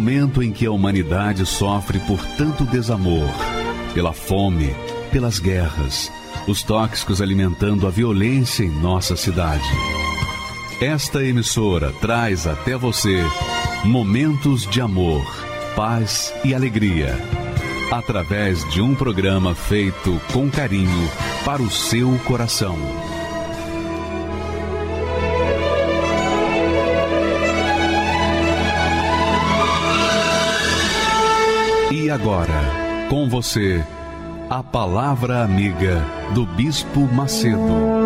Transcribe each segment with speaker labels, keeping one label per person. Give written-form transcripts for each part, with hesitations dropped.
Speaker 1: momento em que a humanidade sofre por tanto desamor, pela fome, pelas guerras, os tóxicos alimentando a violência em nossa cidade. Esta emissora traz até você momentos de amor, paz e alegria, através de um programa feito com carinho para o seu coração. E agora, com você, a Palavra Amiga do Bispo Macedo.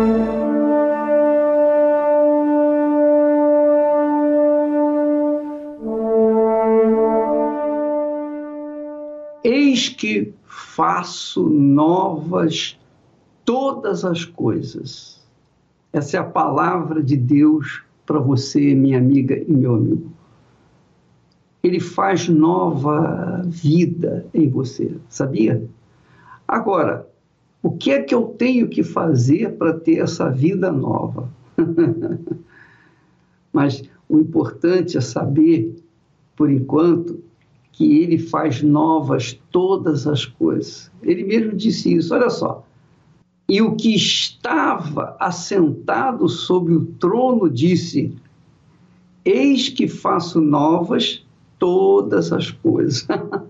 Speaker 2: Eis que faço novas todas as coisas. Essa é a palavra de Deus para você, minha amiga e meu amigo. Ele faz nova vida em você, sabia? Agora, o que é que eu tenho que fazer para ter essa vida nova? Mas o importante é saber, por enquanto, que ele faz novas todas as coisas. Ele mesmo disse isso, olha só. E o que estava assentado sobre o trono disse: eis que faço novas todas as coisas.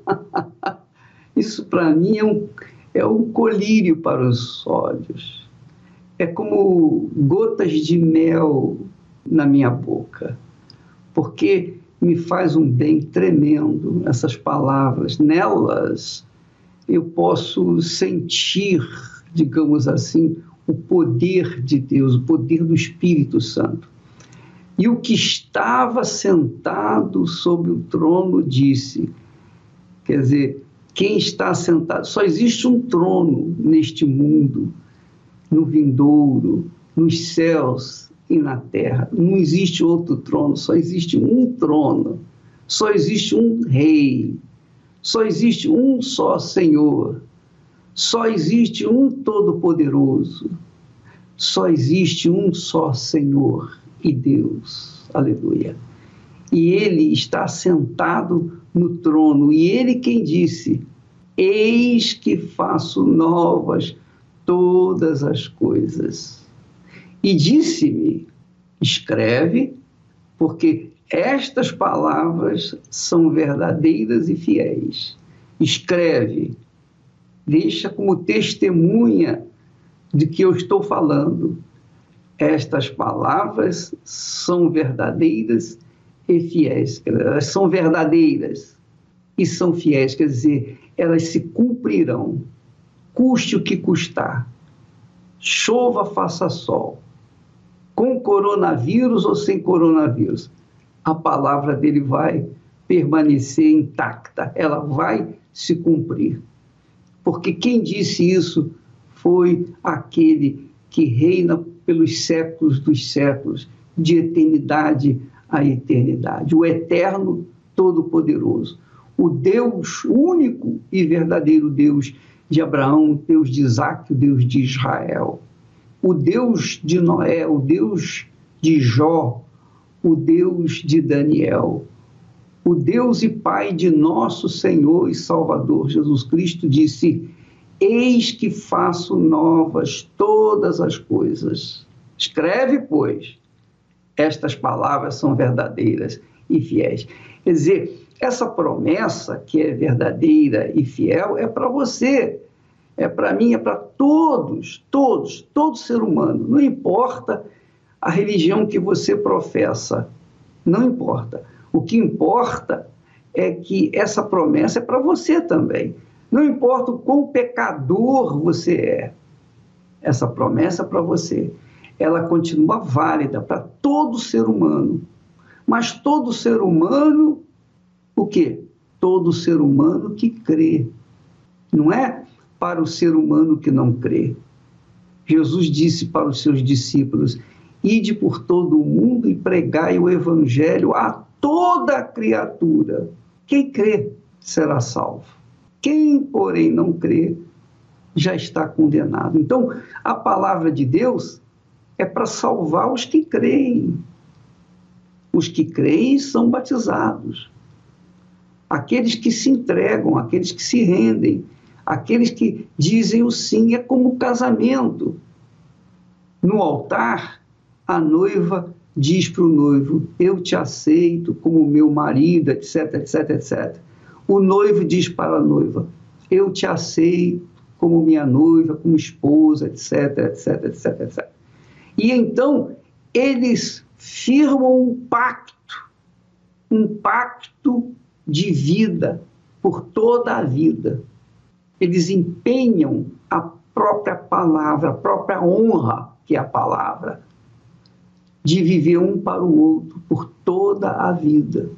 Speaker 2: Isso para mim é um colírio para os olhos. É como gotas de mel na minha boca, porque me faz um bem tremendo essas palavras. Nelas eu posso sentir, digamos assim, o poder de Deus, o poder do Espírito Santo. E o que estava sentado sobre o trono disse, quer dizer, quem está sentado, só existe um trono neste mundo, no vindouro, nos céus e na terra. Não existe outro trono, só existe um trono, só existe um rei, só existe um só Senhor, só existe um Todo-Poderoso, só existe um só Senhor e Deus. Aleluia. E ele está sentado no trono, e ele quem disse: eis que faço novas todas as coisas. E disse-me: escreve, porque estas palavras são verdadeiras e fiéis. Escreve, deixa como testemunha de que eu estou falando. Estas palavras são verdadeiras e fiéis. Elas são verdadeiras e são fiéis, quer dizer, elas se cumprirão, custe o que custar, chova, faça sol, com coronavírus ou sem coronavírus, a palavra dele vai permanecer intacta, ela vai se cumprir. Porque quem disse isso foi aquele que reina pelos séculos dos séculos, de eternidade a eternidade, o eterno todo-poderoso, o Deus único e verdadeiro Deus de Abraão, Deus de Isaac, o Deus de Israel, o Deus de Noé, o Deus de Jó, o Deus de Daniel, o Deus e Pai de nosso Senhor e Salvador Jesus Cristo disse: eis que faço novas todas as coisas. Escreve, pois, estas palavras são verdadeiras e fiéis. Quer dizer, essa promessa que é verdadeira e fiel é para você, é para mim, é para todos, todo ser humano. Não importa a religião que você professa, não importa. O que importa é que essa promessa é para você também. Não importa o quão pecador você é, essa promessa é para você. Ela continua válida para todo ser humano. Mas todo ser humano, o quê? Todo ser humano que crê. Não é para o ser humano que não crê. Jesus disse para os seus discípulos: ide por todo o mundo e pregai o evangelho a toda criatura. Quem crê será salvo. Quem, porém, não crê, já está condenado. Então, a palavra de Deus é para salvar os que creem. Os que creem são batizados. aqueles que se entregam, aqueles que se rendem, aqueles que dizem o sim. É como o casamento. No altar, a noiva diz para o noivo: eu te aceito como meu marido, etc, etc, etc. O noivo diz para a noiva: eu te aceito como minha noiva, como esposa, etc, etc, etc, etc. E então eles firmam um pacto de vida por toda a vida. Eles empenham a própria palavra, a própria honra, que é a palavra, de viver um para o outro por toda a vida.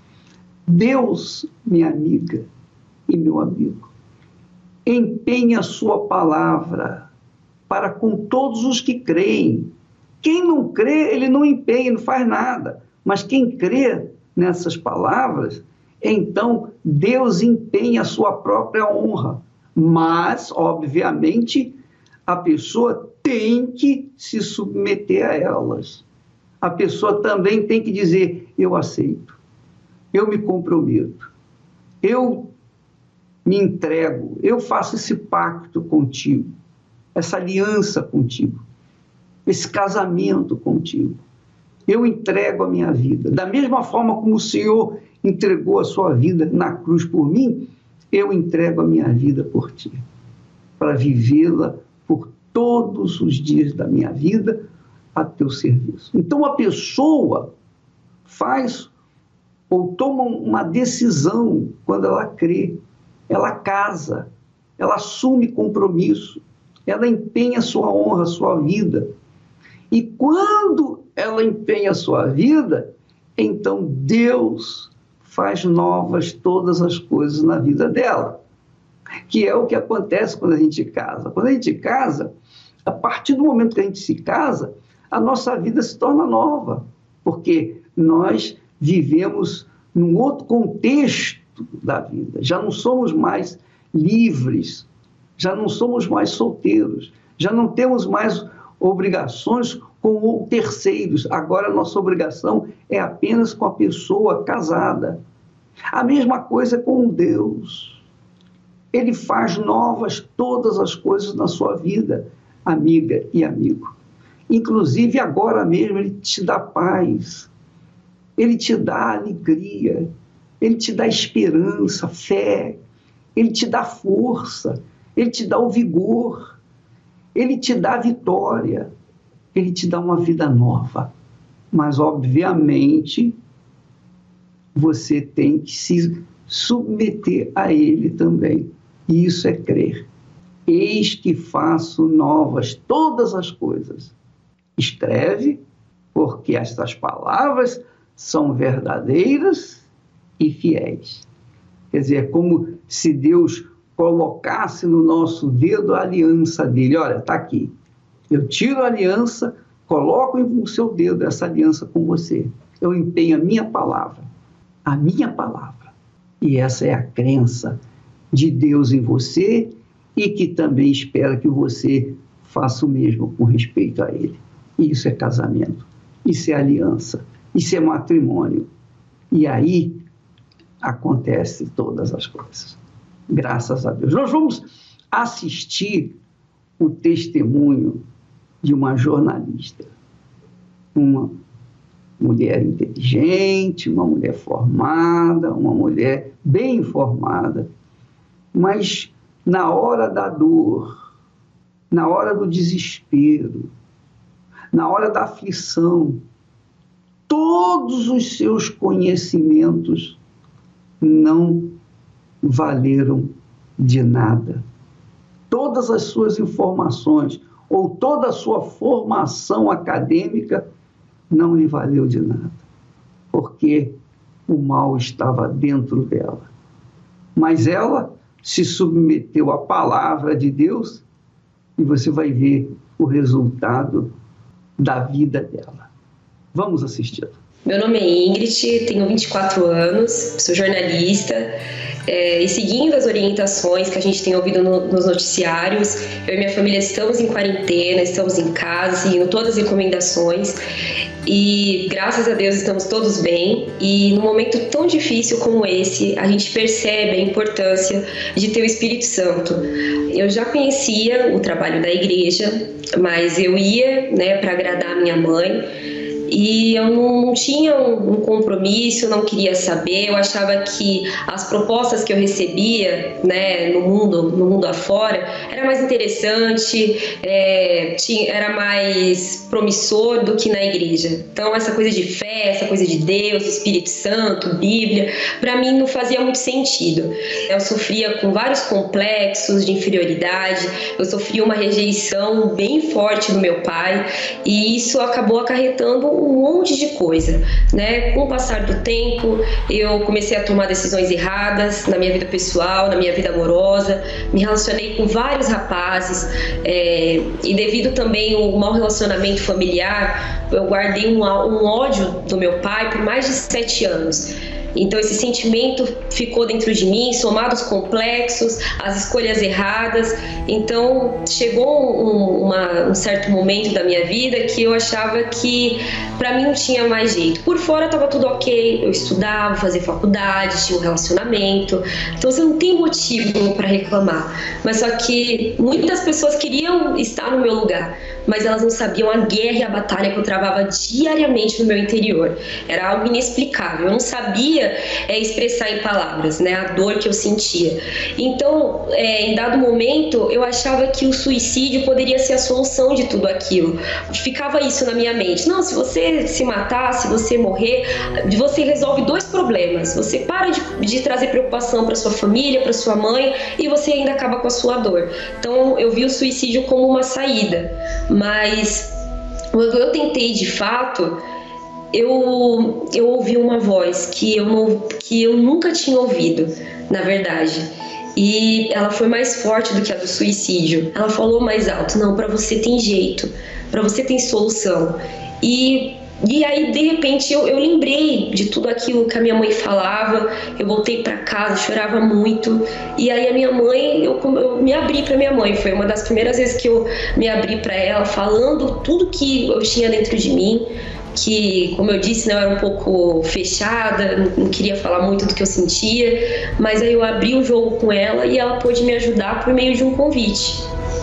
Speaker 2: Deus, minha amiga e meu amigo, empenha a sua palavra para com todos os que creem. Quem não crê, ele não empenha, não faz nada. Mas quem crê nessas palavras, então Deus empenha a sua própria honra. Mas, obviamente, a pessoa tem que se submeter a elas. A pessoa também tem que dizer: eu aceito, eu me comprometo, eu me entrego, eu faço esse pacto contigo, essa aliança contigo, esse casamento contigo. Eu entrego a minha vida. Da mesma forma como o Senhor entregou a sua vida na cruz por mim, eu entrego a minha vida por ti, para vivê-la por todos os dias da minha vida a teu serviço. Então a pessoa faz ou toma uma decisão quando ela crê, ela casa, ela assume compromisso, ela empenha sua honra, sua vida. E quando ela empenha a sua vida, então Deus faz novas todas as coisas na vida dela, que é o que acontece quando a gente casa. Quando a gente casa, a partir do momento que a gente se casa, a nossa vida se torna nova, porque nós vivemos num outro contexto da vida. Já não somos mais livres, já não somos mais solteiros, já não temos mais obrigações com terceiros. Agora a nossa obrigação é apenas com a pessoa casada. A mesma coisa com Deus. Ele faz novas todas as coisas na sua vida, amiga e amigo. Inclusive agora mesmo Ele te dá paz, Ele te dá alegria, Ele te dá esperança, fé, Ele te dá força, Ele te dá o vigor, Ele te dá a vitória, Ele te dá uma vida nova. Mas, obviamente, você tem que se submeter a Ele também. E isso é crer. Eis que faço novas todas as coisas. Escreve, porque estas palavras são verdadeiras e fiéis. Quer dizer, é como se Deus colocasse no nosso dedo a aliança dele. Olha, está aqui. Eu tiro a aliança, coloco no seu dedo essa aliança com você. Eu empenho a minha palavra. A minha palavra. E essa é a crença de Deus em você e que também espera que você faça o mesmo com respeito a Ele. Isso é casamento. Isso é aliança. Isso é matrimônio. E aí acontece todas as coisas. Graças a Deus. Nós vamos assistir o testemunho de uma jornalista, uma mulher inteligente, uma mulher formada, uma mulher bem informada, mas na hora da dor, na hora do desespero, na hora da aflição, todos os seus conhecimentos não valeram de nada. Todas as suas informações ou toda a sua formação acadêmica não lhe valeu de nada, porque o mal estava dentro dela. Mas ela se submeteu à palavra de Deus e você vai ver o resultado da vida dela. Vamos assistir.
Speaker 3: Meu nome é Ingrid, tenho 24 anos, sou jornalista. E seguindo as orientações que a gente tem ouvido nos noticiários, eu e minha família estamos em quarentena, estamos em casa, seguindo todas as recomendações e graças a Deus estamos todos bem. E num momento tão difícil como esse, a gente percebe a importância de ter o Espírito Santo. Eu já conhecia o trabalho da igreja, mas eu ia, para agradar a minha mãe. E eu não tinha um compromisso, não queria saber. Eu achava que as propostas que eu recebia, no mundo afora, era mais interessante, era mais promissor do que na igreja. Então essa coisa de fé, essa coisa de Deus, Espírito Santo, Bíblia, para mim não fazia muito sentido. Eu sofria com vários complexos de inferioridade, eu sofria uma rejeição bem forte do meu pai e isso acabou acarretando um monte de coisa, Com o passar do tempo, eu comecei a tomar decisões erradas na minha vida pessoal, na minha vida amorosa, me relacionei com vários rapazes e devido também ao mau relacionamento familiar, eu guardei um ódio do meu pai por mais de 7 anos. Então esse sentimento ficou dentro de mim, somado aos complexos, as escolhas erradas. Então chegou um certo momento da minha vida que eu achava que para mim não tinha mais jeito. Por fora estava tudo ok, eu estudava, fazia faculdade, tinha um relacionamento. Então você não tem motivo para reclamar. Mas só que muitas pessoas queriam estar no meu lugar, mas elas não sabiam a guerra e a batalha que eu travava diariamente no meu interior. Era algo inexplicável, eu não sabia expressar em palavras, a dor que eu sentia. Então, em dado momento, eu achava que o suicídio poderia ser a solução de tudo aquilo. Ficava isso na minha mente. Não, se você se matar, se você morrer, você resolve 2 problemas. Você para de trazer preocupação para sua família, para sua mãe, e você ainda acaba com a sua dor. Então, eu vi o suicídio como uma saída. Mas quando eu tentei de fato, eu ouvi uma voz que eu nunca tinha ouvido, na verdade. E ela foi mais forte do que a do suicídio. Ela falou mais alto: não, para você tem jeito, para você tem solução. E aí, de repente, eu lembrei de tudo aquilo que a minha mãe falava. Eu voltei para casa, chorava muito. E aí a minha mãe, eu me abri para minha mãe. Foi uma das primeiras vezes que eu me abri para ela, falando tudo que eu tinha dentro de mim. Que, como eu disse, eu era um pouco fechada, não queria falar muito do que eu sentia. Mas aí eu abri o jogo com ela e ela pôde me ajudar por meio de um convite,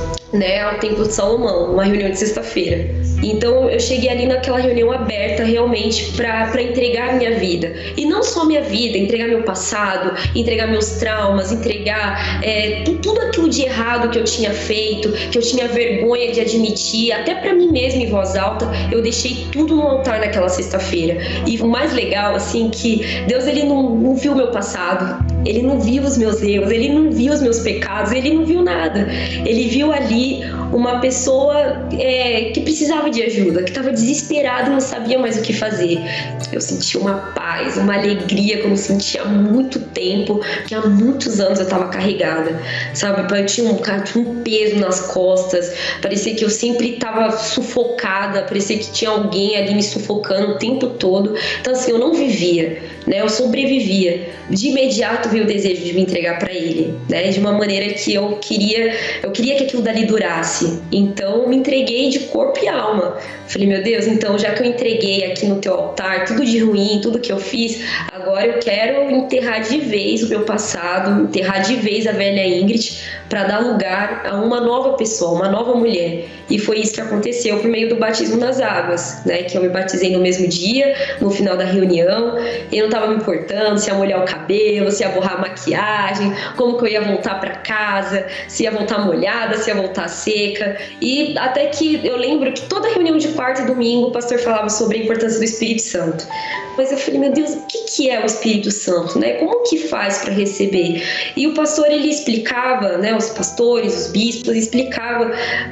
Speaker 3: ao Templo de Salomão, uma reunião de sexta-feira. Então eu cheguei ali naquela reunião aberta realmente para entregar a minha vida. E não só minha vida, entregar meu passado, entregar meus traumas, entregar tudo aquilo de errado que eu tinha feito, que eu tinha vergonha de admitir, até para mim mesma em voz alta. Eu deixei tudo no altar naquela sexta-feira. E o mais legal, assim, que Deus, ele não viu o meu passado, ele não viu os meus erros, ele não viu os meus pecados, ele não viu nada. Ele viu ali uma pessoa que precisava de ajuda, que estava desesperada e não sabia mais o que fazer. Eu senti uma paz, uma alegria que eu não sentia há muito tempo, que há muitos anos eu estava carregada, sabe? Eu tinha um peso nas costas, parecia que eu sempre estava sufocada, parecia que tinha alguém ali me sufocando o tempo todo. Então assim, eu não vivia, eu sobrevivia. De imediato veio o desejo de me entregar para ele, de uma maneira que eu queria que aquilo dali durasse. Então eu me entreguei de corpo e alma. Falei: meu Deus, então já que eu entreguei aqui no teu altar tudo de ruim, tudo que eu fiz, agora eu quero enterrar de vez o meu passado, enterrar de vez a velha Ingrid, para dar lugar a uma nova pessoa, uma nova mulher. E foi isso que aconteceu por meio do batismo nas águas, que eu me batizei no mesmo dia, no final da reunião. Eu não estava me importando se ia molhar o cabelo, se ia borrar a maquiagem, como que eu ia voltar para casa, se ia voltar molhada, se ia voltar seca. E até que eu lembro que toda reunião de quarta e domingo o pastor falava sobre a importância do Espírito Santo. Mas eu falei: meu Deus, o que é o Espírito Santo? Como que faz para receber? E o pastor, ele explicava, os pastores, os bispos, explicavam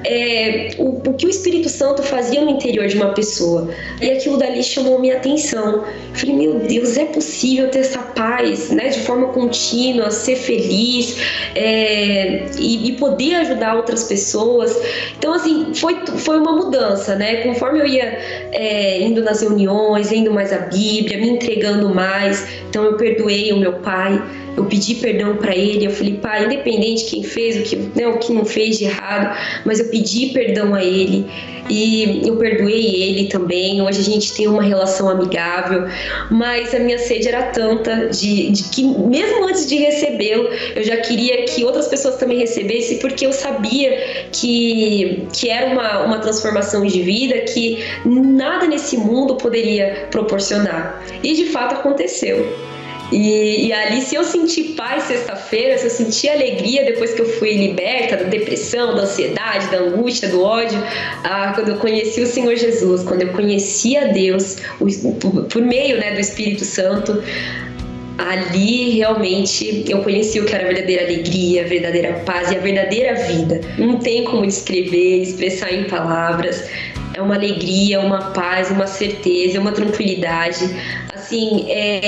Speaker 3: o que o Espírito Santo fazia no interior de uma pessoa. E aquilo dali chamou minha atenção. Eu falei: meu Deus, é possível ter essa paz, de forma contínua, ser feliz e poder ajudar outras pessoas. pessoas. Então, assim, foi uma mudança, né? Conforme eu ia indo nas reuniões, lendo mais a Bíblia, me entregando mais, então eu perdoei o meu pai, eu pedi perdão para ele, eu falei, pai, independente de quem fez, o que não fez de errado, mas eu pedi perdão a ele e eu perdoei ele também. Hoje a gente tem uma relação amigável, mas a minha sede era tanta de que mesmo antes de recebê-lo, eu já queria que outras pessoas também recebessem, porque eu sabia que era uma transformação de vida que nada nesse mundo poderia proporcionar. E de fato aconteceu. E ali, se eu senti paz sexta-feira, se eu senti alegria depois que eu fui liberta da depressão, da ansiedade, da angústia, do ódio, quando eu conheci o Senhor Jesus, quando eu conheci a Deus por meio, né, do Espírito Santo, ali realmente eu conheci o que era a verdadeira alegria, a verdadeira paz e a verdadeira vida. Não tem como descrever, expressar em palavras. É uma alegria, uma paz, uma certeza, uma tranquilidade. Assim,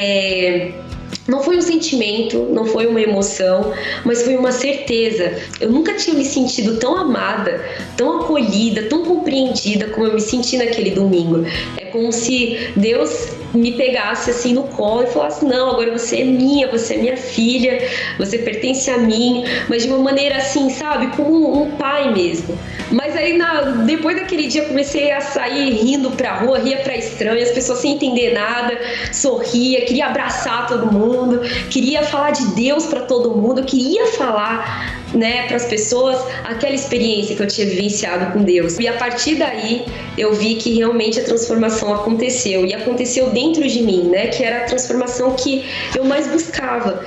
Speaker 3: não foi um sentimento, não foi uma emoção, mas foi uma certeza. Eu nunca tinha me sentido tão amada, tão acolhida, tão compreendida como eu me senti naquele domingo. É como se Deus me pegasse assim no colo e falasse, não, agora você é minha, você é minha filha, você pertence a mim, mas de uma maneira assim, sabe, como um pai mesmo. Mas aí depois daquele dia eu comecei a sair rindo pra rua, ria pra estranho, as pessoas sem entender nada, sorria, queria abraçar todo mundo, queria falar de Deus pra todo mundo, queria falar, né, para as pessoas aquela experiência que eu tinha vivenciado com Deus. E a partir daí eu vi que realmente a transformação aconteceu, e aconteceu dentro de mim, né, que era a transformação que eu mais buscava.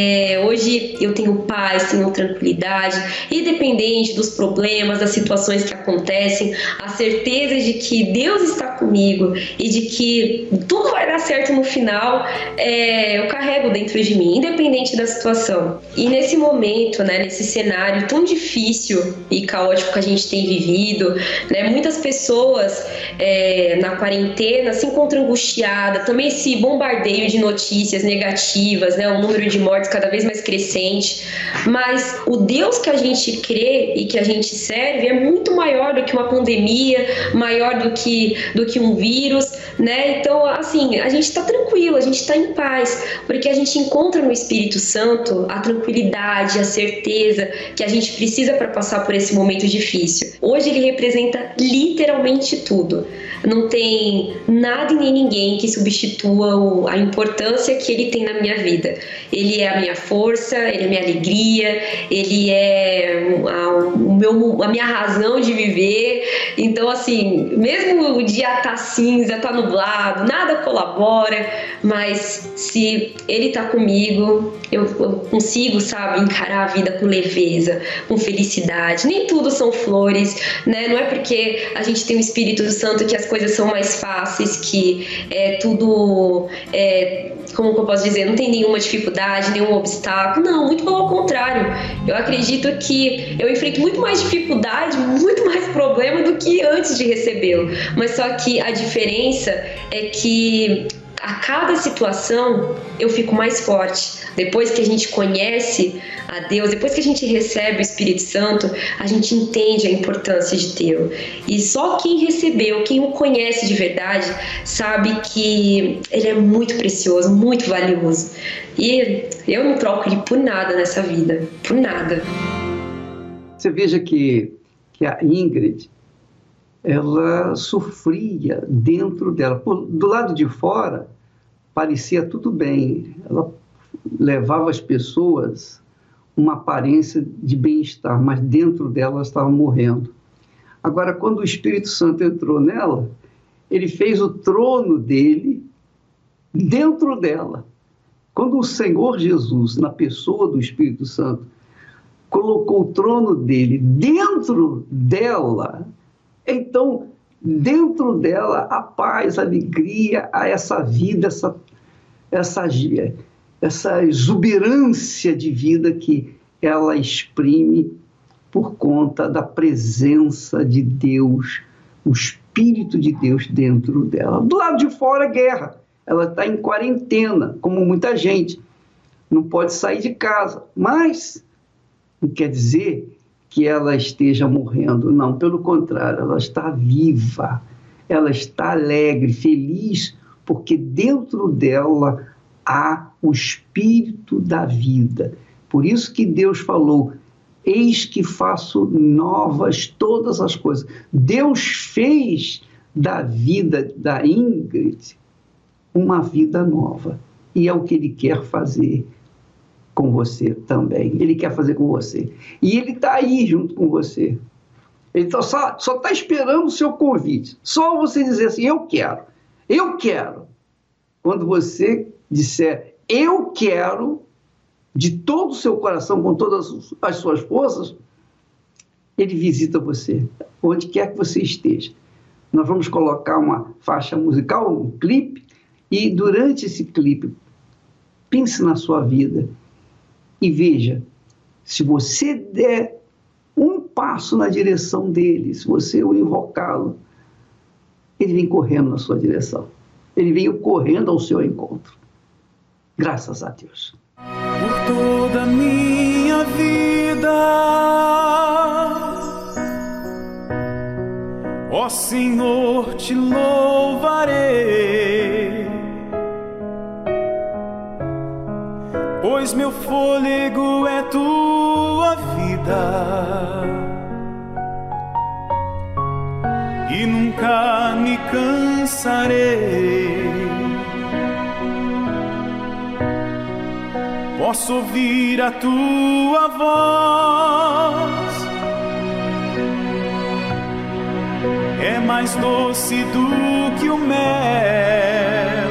Speaker 3: Hoje eu tenho paz, tenho tranquilidade, independente dos problemas, das situações que acontecem, a certeza de que Deus está comigo e de que tudo vai dar certo no final, eu carrego dentro de mim, independente da situação. E nesse momento, né, nesse cenário tão difícil e caótico que a gente tem vivido, né, muitas pessoas na quarentena se encontram angustiadas, também esse bombardeio de notícias negativas, né, o número de mortes cada vez mais crescente, mas o Deus que a gente crê e que a gente serve é muito maior do que uma pandemia, maior do que um vírus, né? Então, assim, a gente está tranquilo, a gente está em paz, porque a gente encontra no Espírito Santo a tranquilidade, a certeza que a gente precisa para passar por esse momento difícil. Hoje ele representa literalmente tudo. Não tem nada e nem ninguém que substitua a importância que ele tem na minha vida. Ele é a minha força, ele é a minha alegria, ele é a minha razão de viver. Então, assim, mesmo o dia tá cinza, tá nublado, nada colabora, mas se ele tá comigo, eu consigo, sabe, encarar a vida com leveza, com felicidade. Nem tudo são flores, né? Não é porque a gente tem o Espírito Santo que as coisas são mais fáceis, que tudo, como que eu posso dizer, não tem nenhuma dificuldade, nenhum obstáculo. Não, muito pelo contrário. Eu acredito que eu enfrento muito mais dificuldade, muito mais problema do que antes de recebê-lo. Mas só que a diferença é que a cada situação eu fico mais forte. Depois que a gente conhece a Deus, depois que a gente recebe o Espírito Santo, a gente entende a importância de tê-lo. E só quem recebeu, quem o conhece de verdade, sabe que ele é muito precioso, muito valioso. E eu não troco ele por nada nessa vida, por nada.
Speaker 2: Você veja que a Ingrid, ela sofria dentro dela. Do lado de fora, parecia tudo bem. Ela levava as pessoas uma aparência de bem-estar, mas dentro dela ela estava morrendo. Agora, quando o Espírito Santo entrou nela, ele fez o trono dele dentro dela. Quando o Senhor Jesus, na pessoa do Espírito Santo, colocou o trono dele dentro dela, então, dentro dela, a paz, a alegria, essa vida, essa exuberância de vida que ela exprime por conta da presença de Deus, o Espírito de Deus dentro dela. Do lado de fora, guerra. Ela está em quarentena, como muita gente. Não pode sair de casa. Mas não quer dizer que ela esteja morrendo. Não, pelo contrário, ela está viva, ela está alegre, feliz, porque dentro dela há o espírito da vida. Por isso que Deus falou: eis que faço novas todas as coisas. Deus fez da vida da Ingrid uma vida nova. E é o que Ele quer fazer com você também. Ele quer fazer com você. E Ele está aí junto com você. Ele só está esperando o seu convite. Só você dizer assim: eu quero, eu quero. Quando você disser eu quero, de todo o seu coração, com todas as suas forças, Ele visita você, onde quer que você esteja. Nós vamos colocar uma faixa musical, um clipe, e durante esse clipe, pense na sua vida e veja, se você der um passo na direção dele, se você o invocá-lo, ele vem correndo na sua direção. Ele veio correndo ao seu encontro. Graças a Deus.
Speaker 4: Por toda a minha vida, ó Senhor, te louvarei, pois meu fôlego é tua vida e nunca me cansarei. Posso ouvir a tua voz, é mais doce do que o mel,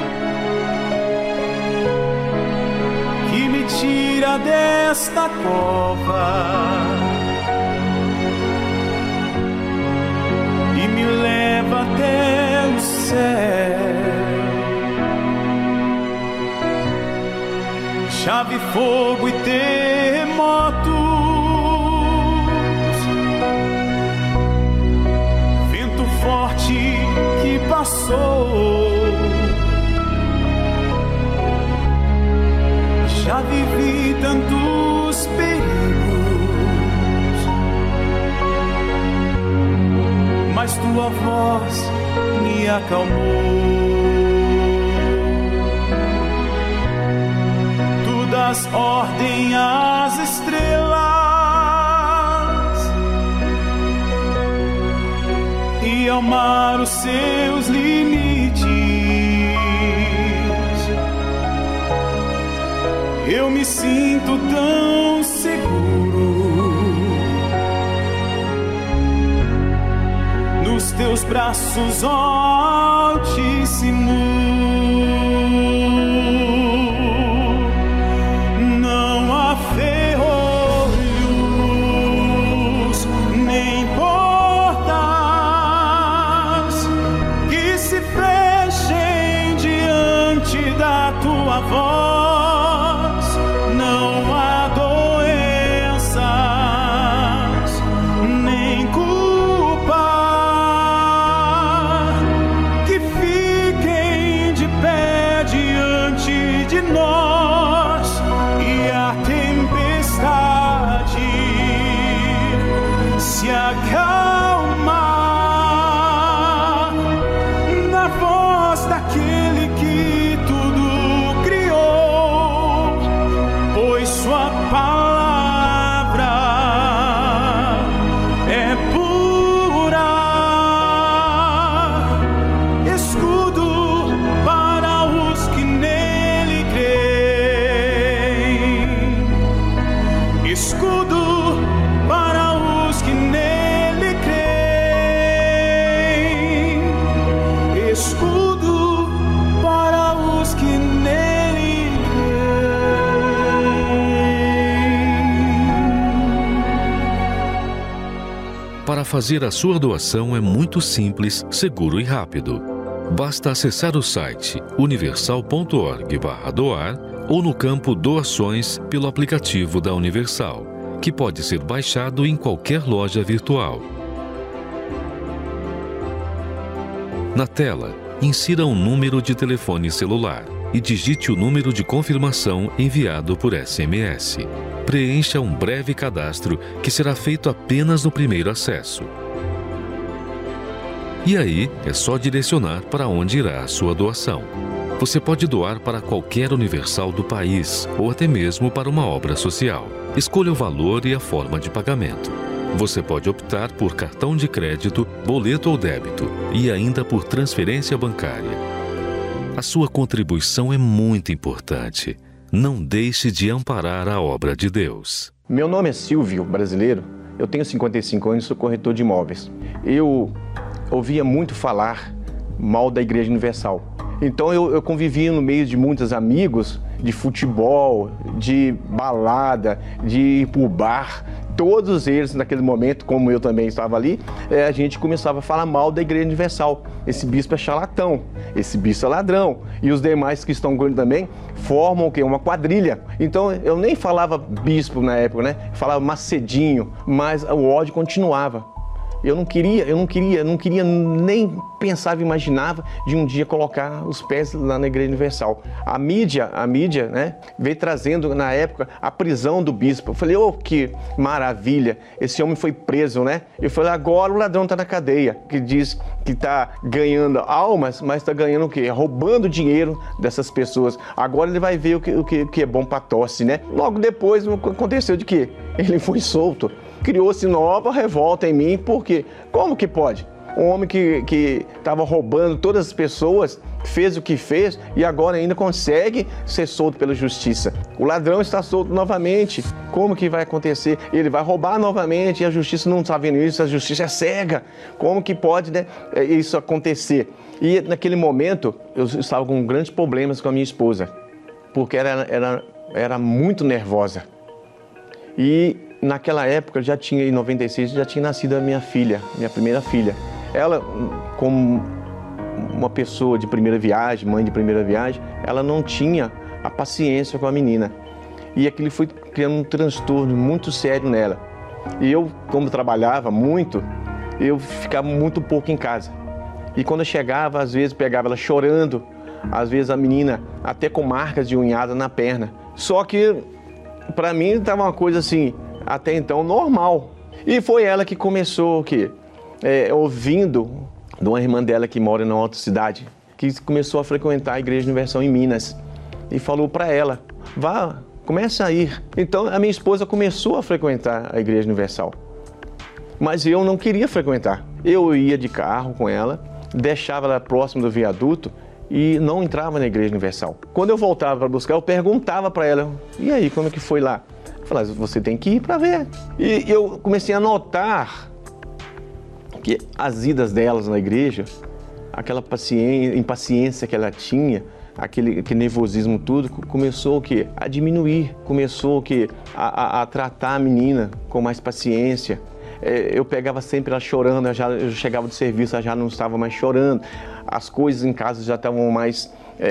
Speaker 4: que me tira desta cova e me leva até o céu. Chave, fogo e terremotos, vento forte que passou. Já vivi tantos perigos, mas tua voz me acalmou. Das ordem às estrelas e ao mar os seus limites. Eu me sinto tão seguro nos teus braços, ó Altíssimo. Tua voz, não há doenças, nem culpa que fiquem de pé diante de nós, e a tempestade se acalma na voz daquele que sua palavra é pura, escudo para os que nele creem, escudo para os que nele creem, escudo para os que nele
Speaker 1: Para fazer a sua doação é muito simples, seguro e rápido. Basta acessar o site universal.org/doar ou no campo Doações pelo aplicativo da Universal, que pode ser baixado em qualquer loja virtual. Na tela, insira um número de telefone celular e digite o número de confirmação enviado por SMS.
Speaker 5: Preencha um breve cadastro que será feito apenas no primeiro acesso. E aí, é só direcionar para onde irá a sua doação. Você pode doar para qualquer universal do país ou até mesmo para uma obra social. Escolha o valor e a forma de pagamento. Você pode optar por cartão de crédito, boleto ou débito e ainda por transferência bancária. A sua contribuição é muito importante. Não deixe de amparar a obra de Deus.
Speaker 6: Meu nome é Silvio Brasileiro, eu tenho 55 anos e sou corretor de imóveis. Eu ouvia muito falar mal da Igreja Universal. Então eu convivia no meio de muitos amigos de futebol, de balada, de ir pro bar. Todos eles, naquele momento, como eu também estava ali, a gente começava a falar mal da Igreja Universal. Esse bispo é charlatão, esse bispo é ladrão. E os demais que estão com ele também formam o quê? Uma quadrilha. Então eu nem falava bispo na época, né? Falava Macedinho, mas o ódio continuava. Eu não queria nem pensava, imaginava de um dia colocar os pés lá na Igreja Universal. A mídia, né, veio trazendo na época a prisão do bispo. Eu falei, oh, que maravilha, esse homem foi preso, né? Eu falei, agora o ladrão está na cadeia, que diz que está ganhando almas, mas está ganhando o quê? Roubando dinheiro dessas pessoas. Agora ele vai ver o que é bom para tosse, né? Logo depois aconteceu de quê? Ele foi solto. Criou-se nova revolta em mim, porque como que pode? Um homem que estava roubando todas as pessoas, fez o que fez e agora ainda consegue ser solto pela justiça. O ladrão está solto novamente. Como que vai acontecer? Ele vai roubar novamente e a justiça não está vendo isso, a justiça é cega. Como que pode, né, isso acontecer? E naquele momento eu estava com grandes problemas com a minha esposa, porque era muito nervosa. E naquela época, em 96, já tinha nascido a minha filha, minha primeira filha. Ela, como uma pessoa de primeira viagem, mãe de primeira viagem, ela não tinha a paciência com a menina. E aquilo foi criando um transtorno muito sério nela. E eu, como trabalhava muito, eu ficava muito pouco em casa. E quando eu chegava, às vezes pegava ela chorando, às vezes a menina até com marcas de unhada na perna. Só que, para mim, estava uma coisa assim, até então, normal. E foi ela que começou, ouvindo de uma irmã dela que mora na outra cidade, que começou a frequentar a Igreja Universal em Minas. E falou para ela, vá, comece a ir. Então, a minha esposa começou a frequentar a Igreja Universal. Mas eu não queria frequentar. Eu ia de carro com ela, deixava ela próximo do viaduto e não entrava na Igreja Universal. Quando eu voltava para buscar, eu perguntava para ela, e aí, como é que foi lá? Eu falava, você tem que ir para ver. E eu comecei a notar que as idas delas na igreja, aquela impaciência que ela tinha, aquele nervosismo tudo, começou a diminuir, começou a tratar a menina com mais paciência. Eu pegava sempre ela chorando, eu chegava do serviço, ela já não estava mais chorando, as coisas em casa já estavam mais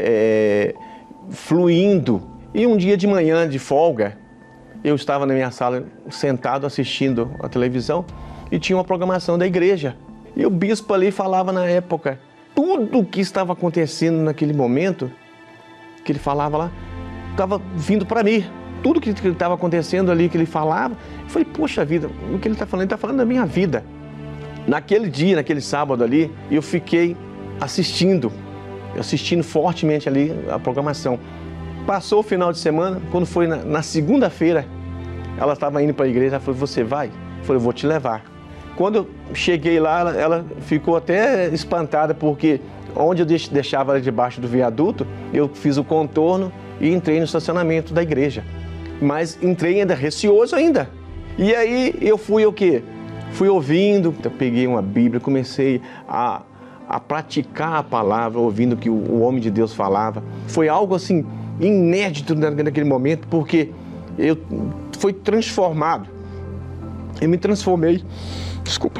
Speaker 6: fluindo. E um dia de manhã, de folga, eu estava na minha sala sentado assistindo a televisão e tinha uma programação da igreja. E o bispo ali falava na época, tudo o que estava acontecendo naquele momento, que ele falava lá, estava vindo para mim. Tudo que estava acontecendo ali, que ele falava, eu falei, poxa vida, o que ele está falando da minha vida. Naquele dia, naquele sábado ali, eu fiquei assistindo fortemente ali a programação. Passou o final de semana, quando foi na segunda-feira, ela estava indo para a igreja, ela falou, você vai? Eu falei, eu vou te levar. Quando eu cheguei lá, ela ficou até espantada, porque onde eu deixava ela debaixo do viaduto, eu fiz o contorno e entrei no estacionamento da igreja. Mas entrei ainda receoso ainda. E aí eu fui o quê? Fui ouvindo, eu peguei uma Bíblia, comecei a praticar a palavra, ouvindo o que o homem de Deus falava. Foi algo assim, inédito naquele momento, porque eu fui transformado. Eu me transformei. Desculpa.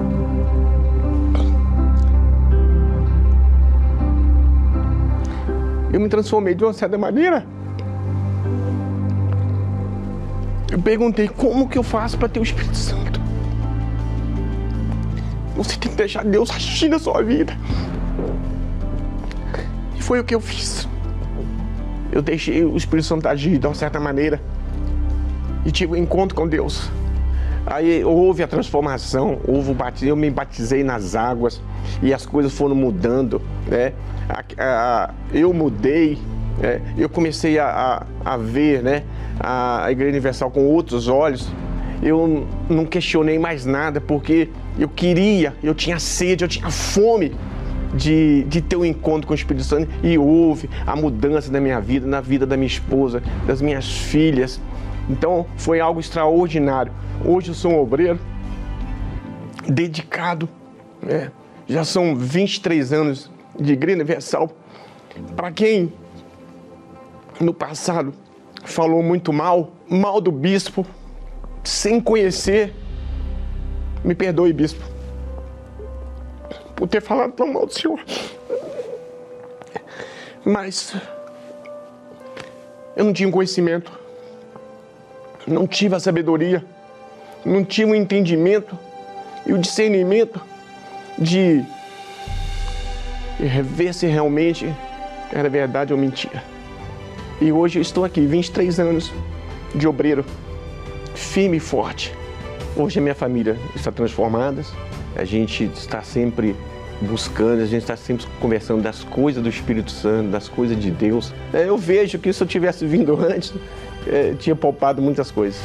Speaker 6: Eu me transformei de uma certa maneira. Eu perguntei, como que eu faço para ter o Espírito Santo? Você tem que deixar Deus agir na sua vida. E foi o que eu fiz. Eu deixei o Espírito Santo agir de uma certa maneira. e tive um encontro com Deus. Aí houve a transformação, houve o batismo, eu me batizei nas águas e as coisas foram mudando, né? Eu mudei, eu comecei a ver, né, a Igreja Universal com outros olhos. Eu não questionei mais nada, porque eu tinha sede, eu tinha fome de ter um encontro com o Espírito Santo, e houve a mudança na minha vida, na vida da minha esposa, das minhas filhas. Então foi algo extraordinário. Hoje eu sou um obreiro dedicado, já são 23 anos de Igreja Universal. Para quem no passado falou muito mal do bispo, sem conhecer, me perdoe, bispo, por ter falado tão mal do senhor. Mas eu não tinha um conhecimento, não tive a sabedoria, não tive o entendimento e o discernimento de ver se realmente era verdade ou mentira. E hoje eu estou aqui, 23 anos de obreiro, firme e forte. Hoje a minha família está transformada, a gente está sempre buscando, a gente está sempre conversando das coisas do Espírito Santo, das coisas de Deus. Eu vejo que se eu tivesse vindo antes, tinha poupado muitas coisas.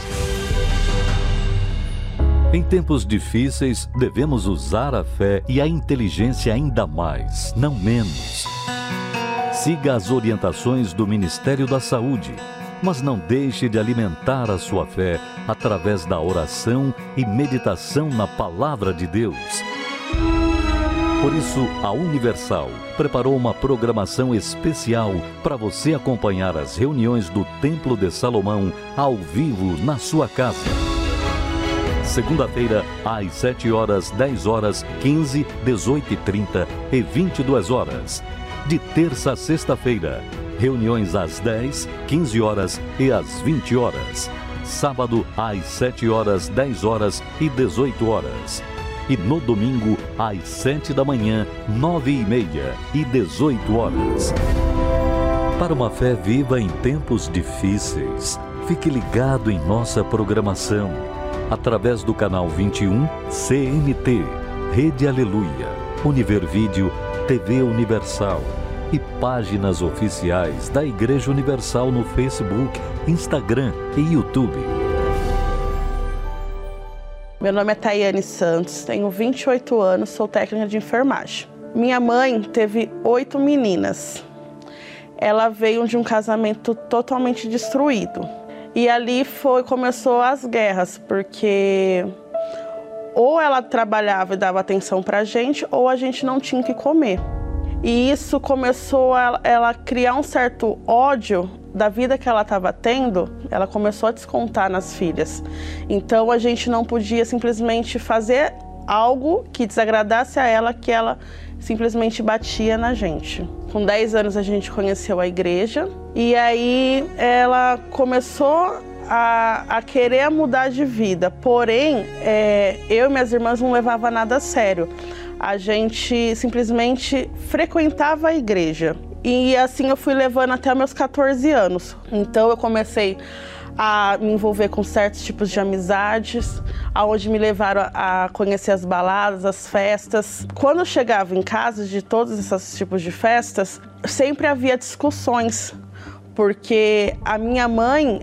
Speaker 7: Em tempos difíceis, devemos usar a fé e a inteligência ainda mais, não menos. Siga as orientações do Ministério da Saúde, mas não deixe de alimentar a sua fé através da oração e meditação na Palavra de Deus. Por isso, a Universal preparou uma programação especial para você acompanhar as reuniões do Templo de Salomão ao vivo na sua casa. Segunda-feira, às 7 horas, 10 horas, 15, 18h30 e 22 horas. De terça a sexta-feira, reuniões às 10, 15 horas e às 20 horas. Sábado, às 7 horas, 10 horas e 18 horas. E no domingo, às 7 da manhã, 9h30 e 18 horas. Para uma fé viva em tempos difíceis, fique ligado em nossa programação. Através do canal 21, CNT, Rede Aleluia, Univervídeo, TV Universal e páginas oficiais da Igreja Universal no Facebook, Instagram e YouTube.
Speaker 8: Meu nome é Tayane Santos, tenho 28 anos, sou técnica de enfermagem. Minha mãe teve 8 meninas. Ela veio de um casamento totalmente destruído. E ali começou as guerras, porque ou ela trabalhava e dava atenção pra gente, ou a gente não tinha o que comer. E isso começou ela criar um certo ódio da vida que ela estava tendo, ela começou a descontar nas filhas. Então a gente não podia simplesmente fazer algo que desagradasse a ela, que ela simplesmente batia na gente. Com 10 anos a gente conheceu a igreja e aí ela começou a querer mudar de vida. Porém, eu e minhas irmãs não levava nada a sério. A gente simplesmente frequentava a igreja. E assim eu fui levando até meus 14 anos. Então eu comecei a me envolver com certos tipos de amizades, aonde me levaram a conhecer as baladas, as festas. Quando eu chegava em casa de todos esses tipos de festas, sempre havia discussões, porque a minha mãe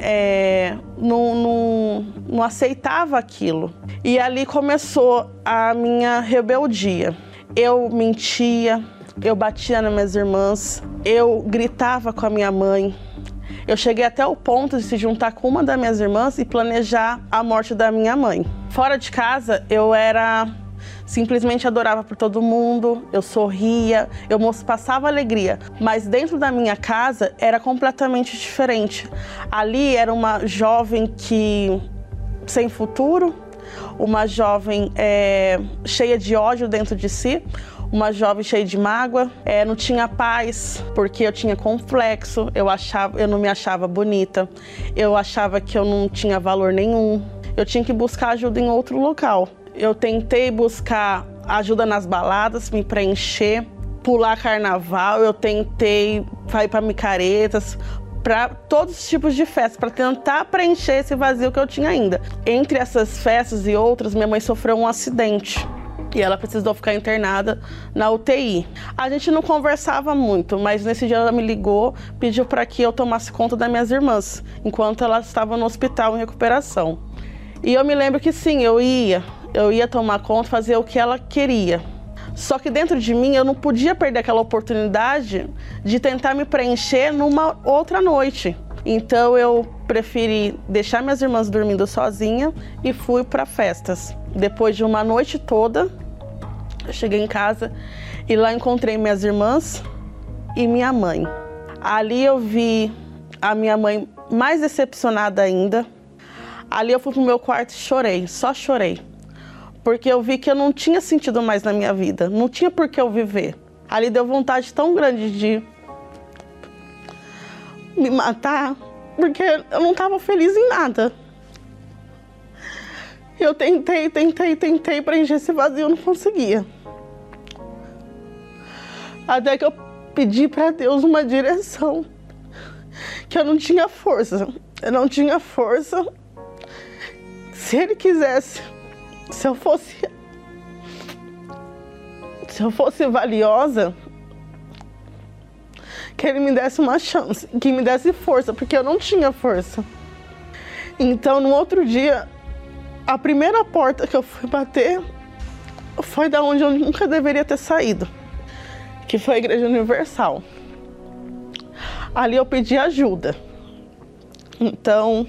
Speaker 8: não aceitava aquilo. E ali começou a minha rebeldia. Eu mentia, eu batia nas minhas irmãs, eu gritava com a minha mãe. Eu cheguei até o ponto de se juntar com uma das minhas irmãs e planejar a morte da minha mãe. Fora de casa, eu simplesmente adorava por todo mundo, eu sorria, eu passava alegria. Mas dentro da minha casa era completamente diferente. Ali era uma jovem sem futuro, uma jovem cheia de ódio dentro de si, uma jovem cheia de mágoa, não tinha paz, porque eu tinha complexo, eu não me achava bonita, eu achava que eu não tinha valor nenhum, eu tinha que buscar ajuda em outro local. Eu tentei buscar ajuda nas baladas, me preencher, pular carnaval, eu tentei ir para micaretas, para todos os tipos de festas, para tentar preencher esse vazio que eu tinha ainda. Entre essas festas e outras, minha mãe sofreu um acidente e ela precisou ficar internada na UTI. A gente não conversava muito, mas nesse dia ela me ligou, pediu para que eu tomasse conta das minhas irmãs, enquanto elas estavam no hospital em recuperação. E eu me lembro que sim, eu ia tomar conta, fazer o que ela queria. Só que dentro de mim eu não podia perder aquela oportunidade de tentar me preencher numa outra noite. Então eu preferi deixar minhas irmãs dormindo sozinha e fui para festas. Depois de uma noite toda, eu cheguei em casa e lá encontrei minhas irmãs e minha mãe. Ali eu vi a minha mãe mais decepcionada ainda. Ali eu fui pro meu quarto e chorei, só chorei. Porque eu vi que eu não tinha sentido mais na minha vida, não tinha por que eu viver. Ali deu vontade tão grande de me matar, porque eu não estava feliz em nada. Eu tentei preencher esse vazio, não conseguia. Até que eu pedi para Deus uma direção, que eu não tinha força. Eu não tinha força. Se Ele quisesse, se eu fosse valiosa, que Ele me desse uma chance, que me desse força, porque eu não tinha força. Então, no outro dia, a primeira porta que eu fui bater foi da onde eu nunca deveria ter saído, que foi a Igreja Universal. Ali eu pedi ajuda. Então,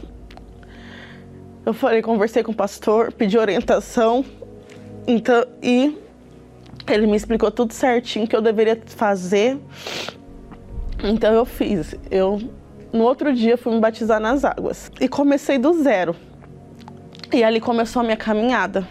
Speaker 8: eu conversei com o pastor, pedi orientação, então, e ele me explicou tudo certinho que eu deveria fazer. Então eu fiz. No outro dia, fui me batizar nas águas e comecei do zero. E ali começou a minha caminhada.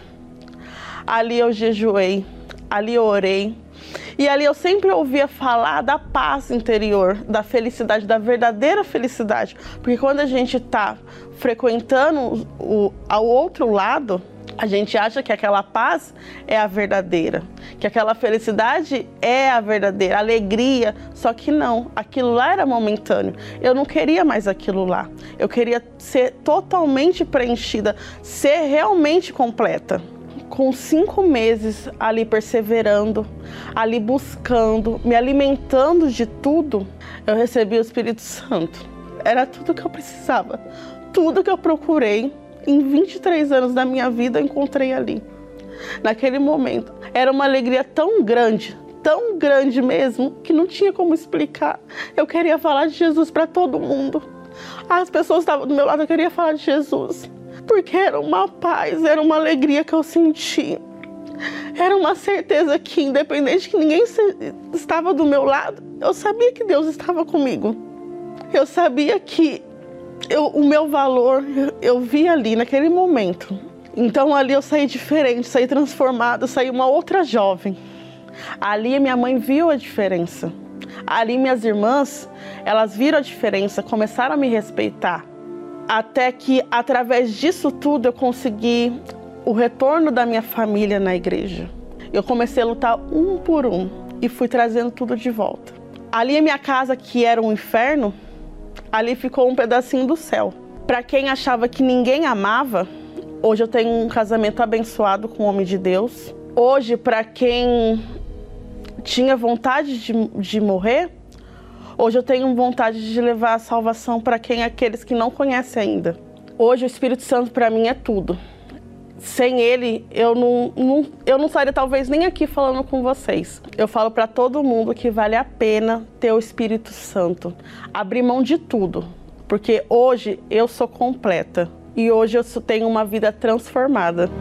Speaker 8: Ali eu jejuei, ali eu orei. E ali eu sempre ouvia falar da paz interior, da felicidade, da verdadeira felicidade. Porque quando a gente está frequentando ao outro lado, a gente acha que aquela paz é a verdadeira, que aquela felicidade é a verdadeira, a alegria, só que não, aquilo lá era momentâneo. Eu não queria mais aquilo lá, eu queria ser totalmente preenchida, ser realmente completa. Com 5 meses ali perseverando, ali buscando, me alimentando de tudo, eu recebi o Espírito Santo. Era tudo que eu precisava, tudo que eu procurei. Em 23 anos da minha vida, eu encontrei ali. Naquele momento, era uma alegria tão grande mesmo, que não tinha como explicar. Eu queria falar de Jesus para todo mundo. As pessoas estavam do meu lado, eu queria falar de Jesus. Porque era uma paz, era uma alegria que eu senti. Era uma certeza que, independente que ninguém estava do meu lado, eu sabia que Deus estava comigo. Eu sabia que o meu valor, eu vi ali naquele momento. Então ali eu saí diferente, saí transformada, saí uma outra jovem. Ali minha mãe viu a diferença. Ali minhas irmãs, elas viram a diferença, começaram a me respeitar. Até que através disso tudo eu consegui o retorno da minha família na igreja. Eu comecei a lutar um por um e fui trazendo tudo de volta. Ali a minha casa, que era um inferno, ali ficou um pedacinho do céu. Para quem achava que ninguém amava, hoje eu tenho um casamento abençoado com um homem de Deus. Hoje, para quem tinha vontade de morrer, hoje eu tenho vontade de levar a salvação para aqueles que não conhecem ainda. Hoje o Espírito Santo para mim é tudo. Sem ele, eu não estaria talvez nem aqui falando com vocês. Eu falo para todo mundo que vale a pena ter o Espírito Santo. Abrir mão de tudo. Porque hoje eu sou completa. E hoje eu tenho uma vida transformada.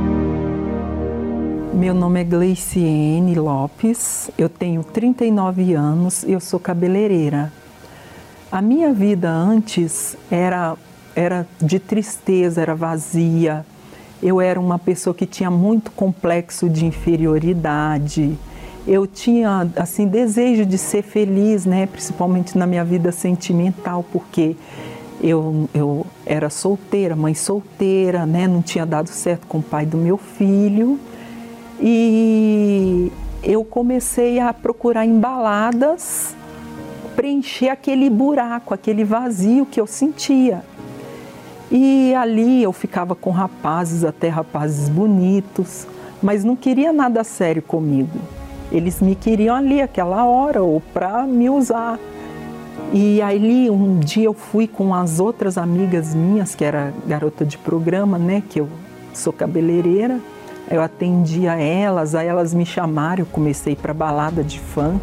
Speaker 9: Meu nome é Gleiciene Lopes. Eu tenho 39 anos e eu sou cabeleireira. A minha vida antes era de tristeza, era vazia. Eu era uma pessoa que tinha muito complexo de inferioridade. Eu tinha, assim, desejo de ser feliz, né? Principalmente na minha vida sentimental, porque eu era solteira, mãe solteira, né? Não tinha dado certo com o pai do meu filho. E eu comecei a procurar em baladas preencher aquele buraco, aquele vazio que eu sentia. E ali eu ficava com rapazes, até rapazes bonitos, mas não queria nada sério comigo. Eles me queriam ali, aquela hora, ou para me usar. E aí um dia eu fui com as outras amigas minhas, que era garota de programa, né, que eu sou cabeleireira. Eu atendia elas, aí elas me chamaram, eu comecei para balada de funk.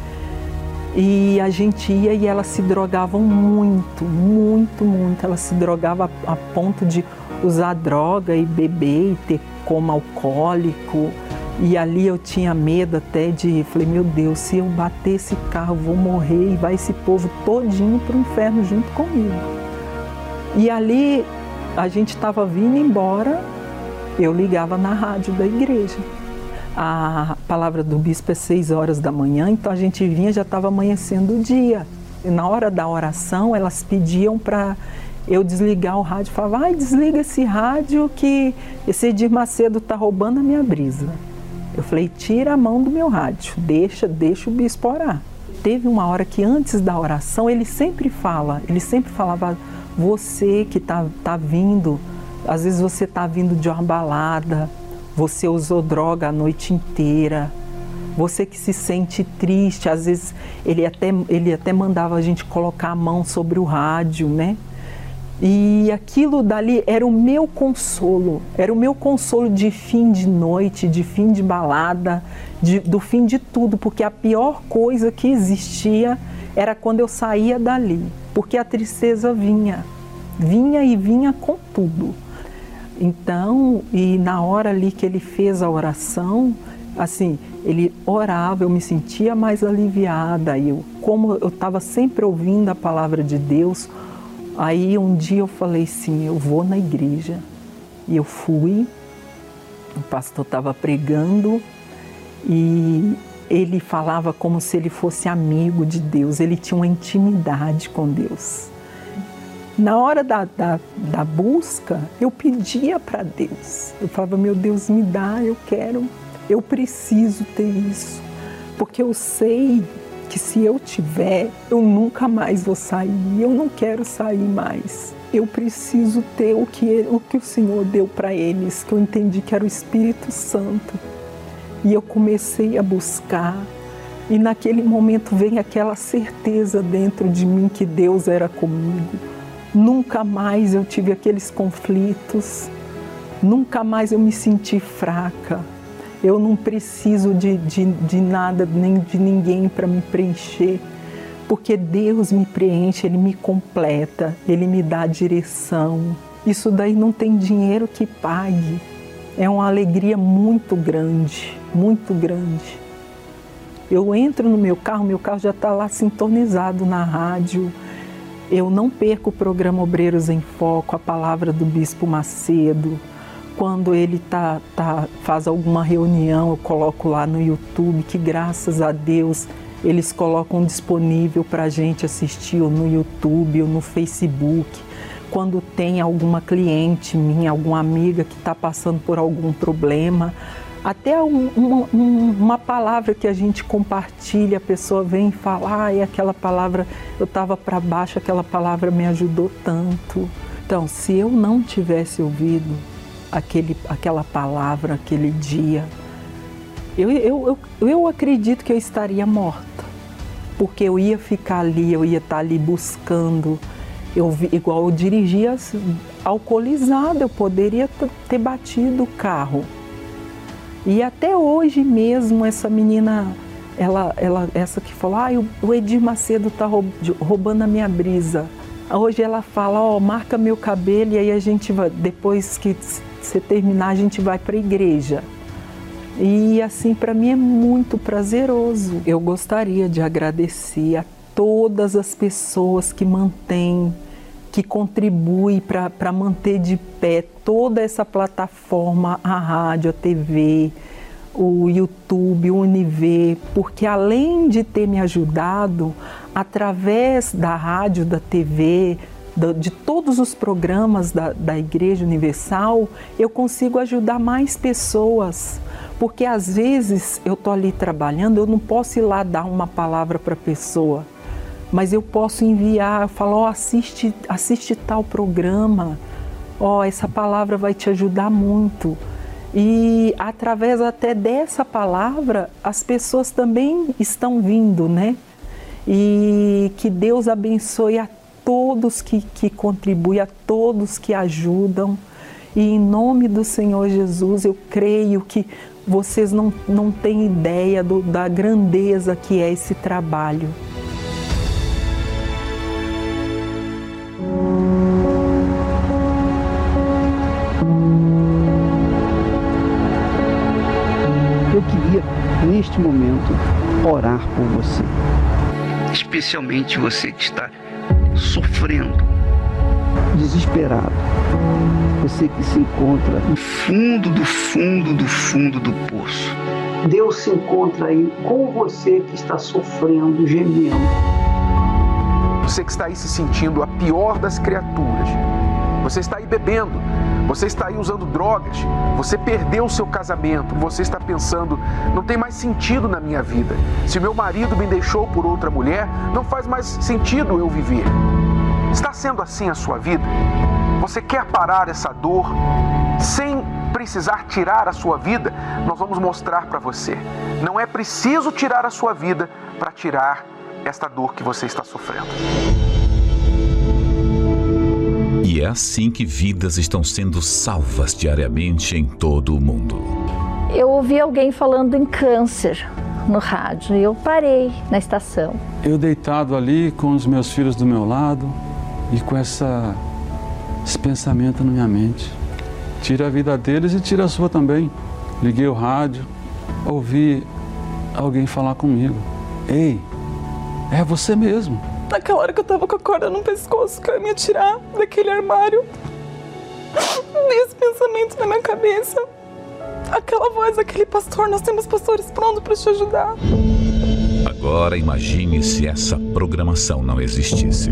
Speaker 9: E a gente ia e elas se drogavam muito, muito, muito. Elas se drogavam a ponto de usar droga e beber e ter coma alcoólico. E ali eu tinha medo até de... Falei, meu Deus, se eu bater esse carro, eu vou morrer e vai esse povo todinho para o inferno junto comigo. E ali a gente estava vindo embora, eu ligava na rádio da igreja. A palavra do bispo é 6 horas da manhã, então a gente vinha, já estava amanhecendo o dia. E na hora da oração, elas pediam para eu desligar o rádio. Falava, ai, desliga esse rádio que esse Edir Macedo está roubando a minha brisa. Eu falei, tira a mão do meu rádio, deixa o bispo orar. Teve uma hora que antes da oração, ele sempre falava, você que tá vindo, às vezes você está vindo de uma balada, você usou droga a noite inteira, você que se sente triste, às vezes ele até mandava a gente colocar a mão sobre o rádio, né? E aquilo dali era o meu consolo de fim de noite, de fim de balada, do fim de tudo, porque a pior coisa que existia era quando eu saía dali, porque a tristeza vinha com tudo. Então, e na hora ali que ele fez a oração, assim, ele orava, eu me sentia mais aliviada. Como eu estava sempre ouvindo a palavra de Deus, aí um dia eu falei assim, eu vou na igreja. E eu fui, o pastor estava pregando e ele falava como se ele fosse amigo de Deus, ele tinha uma intimidade com Deus. Na hora da busca, eu pedia para Deus. Eu falava, meu Deus, me dá, eu preciso ter isso. Porque eu sei que se eu tiver, eu nunca mais vou sair, eu não quero sair mais. Eu preciso ter o que o Senhor deu para eles, que eu entendi que era o Espírito Santo. E eu comecei a buscar, e naquele momento veio aquela certeza dentro de mim que Deus era comigo. Nunca mais eu tive aqueles conflitos, nunca mais eu me senti fraca. Eu não preciso de nada, nem de ninguém para me preencher, porque Deus me preenche, Ele me completa, Ele me dá direção. Isso daí não tem dinheiro que pague. É uma alegria muito grande, muito grande. Eu entro no meu carro já está lá sintonizado na rádio. Eu não perco o programa Obreiros em Foco, a palavra do Bispo Macedo. Quando ele faz alguma reunião, eu coloco lá no YouTube, que graças a Deus eles colocam disponível para a gente assistir ou no YouTube ou no Facebook. Quando tem alguma cliente minha, alguma amiga que está passando por algum problema, até uma palavra que a gente compartilha, a pessoa vem e fala, e aquela palavra, eu estava para baixo, aquela palavra me ajudou tanto. Então, se eu não tivesse ouvido aquela palavra, aquele dia, eu acredito que eu estaria morta, porque eu ia ficar ali, eu ia estar ali buscando, igual eu dirigia alcoolizada, eu poderia ter batido o carro. E até hoje mesmo, essa menina, essa que falou, o Edir Macedo está roubando a minha brisa. Hoje ela fala, marca meu cabelo e aí a gente vai, depois que você terminar, a gente vai para a igreja. E assim, para mim é muito prazeroso. Eu gostaria de agradecer a todas as pessoas que mantêm, que contribuem para manter de pé toda essa plataforma, a rádio, a TV, o YouTube, o Univer, porque além de ter me ajudado, através da rádio, da TV, de todos os programas da Igreja Universal, eu consigo ajudar mais pessoas. Porque às vezes eu estou ali trabalhando, eu não posso ir lá dar uma palavra para a pessoa. mas eu posso enviar, eu falo, assiste tal programa, essa palavra vai te ajudar muito. E através até dessa palavra, as pessoas também estão vindo, né? E que Deus abençoe a todos que contribuem, a todos que ajudam. E em nome do Senhor Jesus, eu creio que vocês não têm ideia da grandeza que é esse trabalho.
Speaker 2: Eu queria, neste momento, orar por você. Especialmente você que está sofrendo, desesperado. Você que se encontra no fundo do fundo do fundo do poço. Deus se encontra aí com você que está sofrendo, gemendo.
Speaker 10: Você que está aí se sentindo a pior das criaturas. Você está aí bebendo, você está aí usando drogas, você perdeu o seu casamento, você está pensando, não tem mais sentido na minha vida. Se meu marido me deixou por outra mulher, não faz mais sentido eu viver. Está sendo assim a sua vida? Você quer parar essa dor sem precisar tirar a sua vida? Nós vamos mostrar para você. Não é preciso tirar a sua vida para tirar esta dor que você está sofrendo.
Speaker 11: E é assim que vidas estão sendo salvas diariamente em todo o mundo.
Speaker 12: Eu ouvi alguém falando em câncer no rádio e eu parei na estação.
Speaker 13: Eu deitado ali com os meus filhos do meu lado e com esse pensamento na minha mente. Tira a vida deles e tira a sua também. Liguei o rádio, ouvi alguém falar comigo. Ei, é você mesmo.
Speaker 8: Naquela hora que eu tava com a corda no pescoço, que eu ia me atirar daquele armário, esse pensamento na minha cabeça, aquela voz, aquele pastor, nós temos pastores prontos para te ajudar.
Speaker 11: Agora imagine se essa programação não existisse.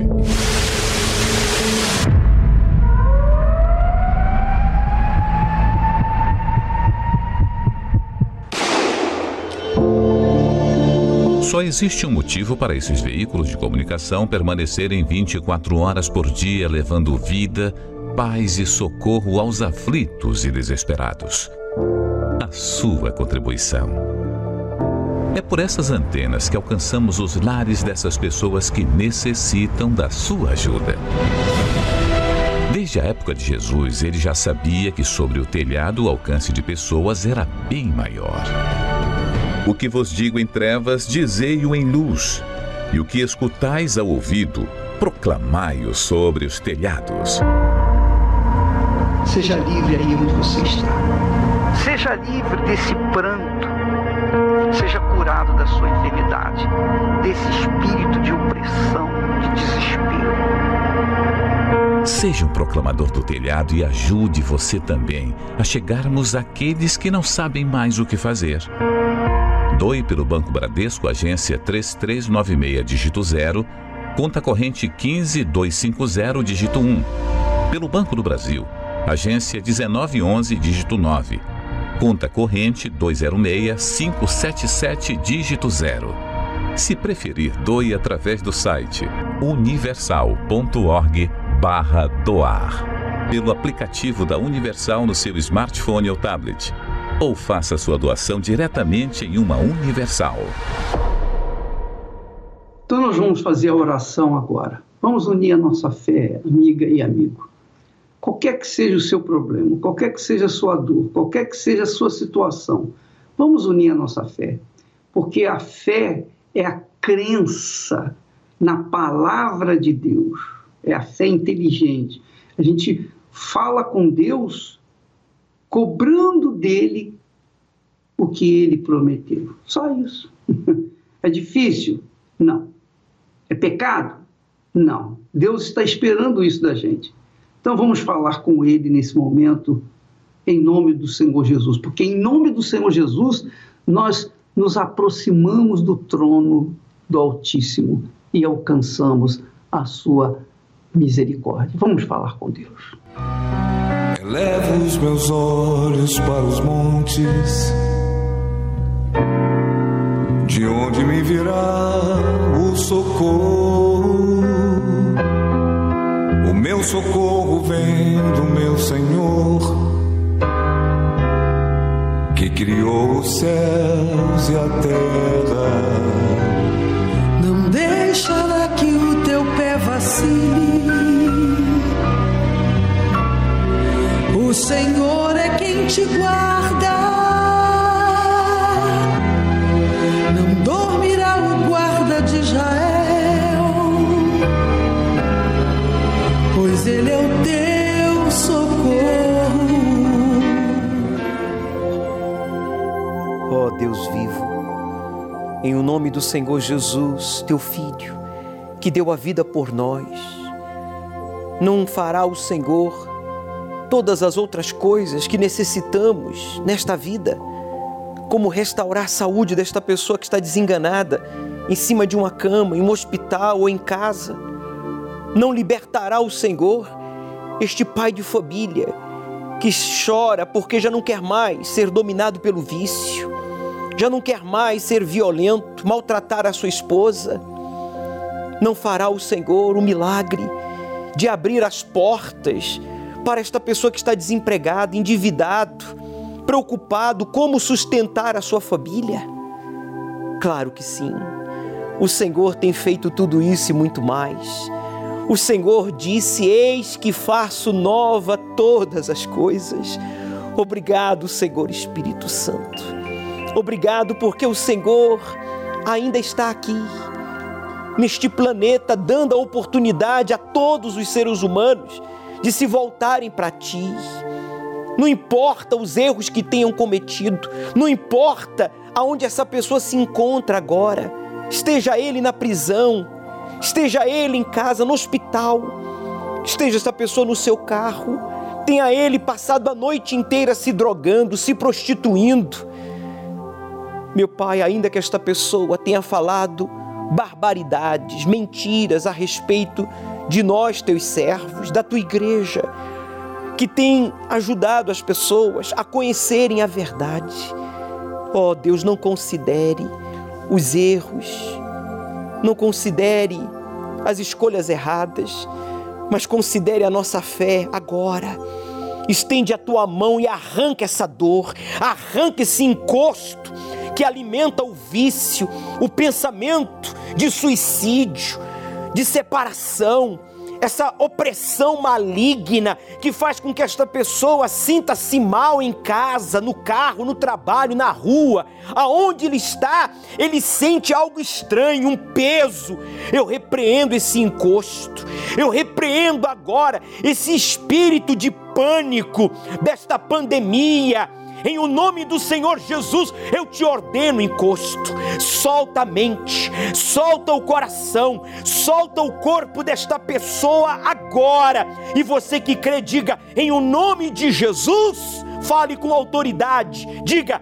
Speaker 11: Só existe um motivo para esses veículos de comunicação permanecerem 24 horas por dia, levando vida, paz e socorro aos aflitos e desesperados. A sua contribuição. É por essas antenas que alcançamos os lares dessas pessoas que necessitam da sua ajuda. Desde a época de Jesus, ele já sabia que sobre o telhado o alcance de pessoas era bem maior. O que vos digo em trevas, dizei-o em luz. E o que escutais ao ouvido, proclamai-o sobre os telhados.
Speaker 2: Seja livre aí onde você está. Seja livre desse pranto. Seja curado da sua enfermidade, desse espírito de opressão, de desespero.
Speaker 11: Seja um proclamador do telhado e ajude você também a chegarmos àqueles que não sabem mais o que fazer. Doe pelo Banco Bradesco, agência 3396, dígito 0, conta corrente 15250, dígito 1. Pelo Banco do Brasil, agência 1911, dígito 9, conta corrente 206577, dígito 0. Se preferir, doe através do site universal.org/doar, pelo aplicativo da Universal no seu smartphone ou tablet. Ou faça sua doação diretamente em uma Universal.
Speaker 2: Então nós vamos fazer a oração agora. Vamos unir a nossa fé, amiga e amigo. Qualquer que seja o seu problema, qualquer que seja a sua dor, qualquer que seja a sua situação, vamos unir a nossa fé. Porque a fé é a crença na palavra de Deus. É a fé inteligente. A gente fala com Deus cobrando dele o que ele prometeu. Só isso. É difícil? Não. É pecado? Não. Deus está esperando isso da gente. Então vamos falar com ele nesse momento, em nome do Senhor Jesus. Porque em nome do Senhor Jesus, nós nos aproximamos do trono do Altíssimo e alcançamos a sua misericórdia. Vamos falar com Deus.
Speaker 14: Elevo os meus olhos para os montes, de onde me virá o socorro. socorro vem do meu Senhor, que criou os céus e a terra.
Speaker 15: Não deixará que o teu pé vacile. O Senhor é quem te guarda. Não dormirá o guarda de Israel, pois Ele é o teu socorro.
Speaker 16: Ó Deus vivo, em o nome do Senhor Jesus, teu Filho, que deu a vida por nós, não fará o Senhor todas as outras coisas que necessitamos nesta vida, como restaurar a saúde desta pessoa que está desenganada, em cima de uma cama, em um hospital ou em casa? Não libertará o Senhor este pai de família que chora porque já não quer mais ser dominado pelo vício, já não quer mais ser violento, maltratar a sua esposa? Não fará o Senhor o milagre de abrir as portas para esta pessoa que está desempregada, endividado, preocupado como sustentar a sua família? Claro que sim. O Senhor tem feito tudo isso e muito mais. O Senhor disse: eis que faço nova todas as coisas. Obrigado, Senhor Espírito Santo. Obrigado porque o Senhor ainda está aqui, neste planeta, dando a oportunidade a todos os seres humanos de se voltarem para Ti. Não importa os erros que tenham cometido, não importa aonde essa pessoa se encontra agora, esteja ele na prisão, esteja ele em casa, no hospital, esteja essa pessoa no seu carro, tenha ele passado a noite inteira se drogando, se prostituindo. Meu Pai, ainda que esta pessoa tenha falado barbaridades, mentiras a respeito de nós, teus servos, da tua igreja, que tem ajudado as pessoas a conhecerem a verdade. Ó Deus, não considere os erros, não considere as escolhas erradas, mas considere a nossa fé agora. Estende a tua mão e arranca essa dor, arranca esse encosto que alimenta o vício, o pensamento de suicídio, de separação, essa opressão maligna que faz com que esta pessoa sinta-se mal em casa, no carro, no trabalho, na rua. Aonde ele está, ele sente algo estranho, um peso. Eu repreendo esse encosto, eu repreendo agora esse espírito de pânico desta pandemia. Em o nome do Senhor Jesus, eu te ordeno, encosto, solta a mente, solta o coração, solta o corpo desta pessoa agora. E você que crê, diga, em o nome de Jesus, fale com autoridade, diga,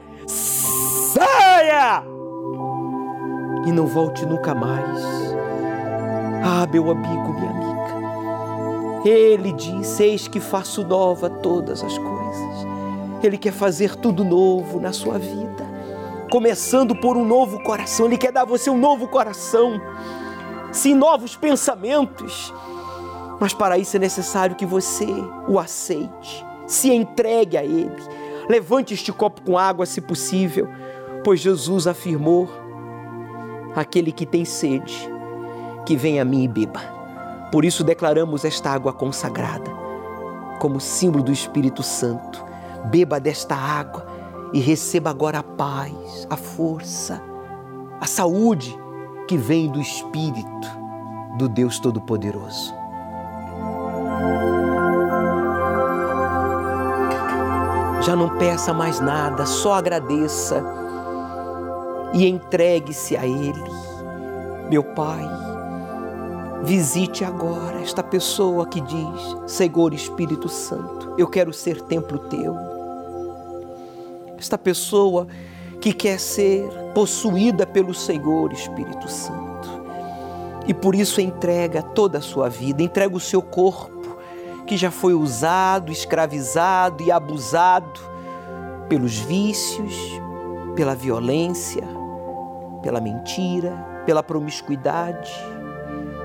Speaker 16: saia! E não volte nunca mais. Ah, meu amigo, minha amiga, Ele disse, eis que faço nova todas as coisas. Ele quer fazer tudo novo na sua vida, começando por um novo coração. Ele quer dar a você um novo coração, sim, novos pensamentos. Mas para isso é necessário que você o aceite, se entregue a Ele. Levante este copo com água, se possível, pois Jesus afirmou, aquele que tem sede, que venha a mim e beba. Por isso declaramos esta água consagrada, como símbolo do Espírito Santo. Beba desta água e receba agora a paz, a força, a saúde que vem do Espírito do Deus Todo-Poderoso. Já não peça mais nada, só agradeça e entregue-se a Ele. Meu Pai, visite agora esta pessoa que diz, Senhor Espírito Santo, eu quero ser templo Teu. Esta pessoa que quer ser possuída pelo Senhor Espírito Santo. E por isso entrega toda a sua vida, entrega o seu corpo, que já foi usado, escravizado e abusado pelos vícios, pela violência, pela mentira, pela promiscuidade,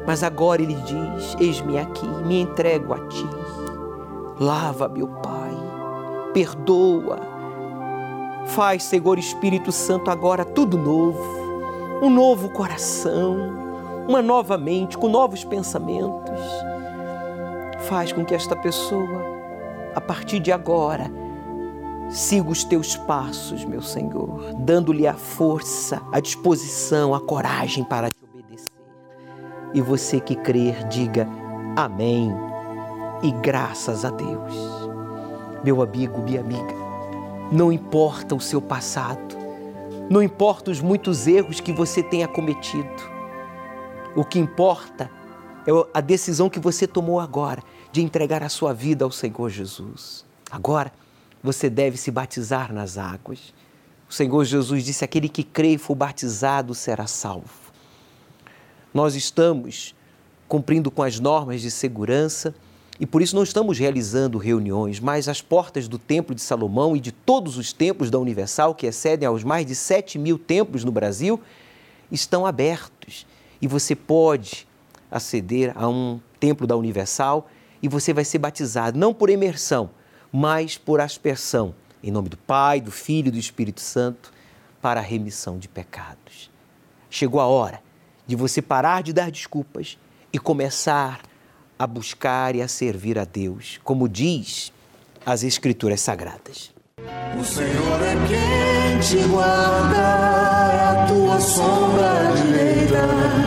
Speaker 16: Mas agora Ele diz: eis-me aqui, me entrego a Ti. Lava, meu Pai, perdoa. Faz, Senhor Espírito Santo, agora tudo novo. Um novo coração, uma nova mente, com novos pensamentos. Faz com que esta pessoa, a partir de agora, siga os Teus passos, meu Senhor, dando-lhe a força, a disposição, a coragem para Te obedecer. E você que crer, diga amém e graças a Deus. Meu amigo, minha amiga, não importa o seu passado, não importa os muitos erros que você tenha cometido. O que importa é a decisão que você tomou agora de entregar a sua vida ao Senhor Jesus. Agora, você deve se batizar nas águas. O Senhor Jesus disse: aquele que crê e for batizado será salvo. Nós estamos cumprindo com as normas de segurança e por isso não estamos realizando reuniões, mas as portas do Templo de Salomão e de todos os templos da Universal, que excedem aos mais de 7.000 templos no Brasil, estão abertos. E você pode aceder a um templo da Universal e você vai ser batizado, não por imersão, mas por aspersão, em nome do Pai, do Filho e do Espírito Santo, para a remissão de pecados. Chegou a hora de você parar de dar desculpas e começar a buscar e a servir a Deus, como diz as Escrituras Sagradas.
Speaker 15: O Senhor é quem te guarda, é a tua sombra direita.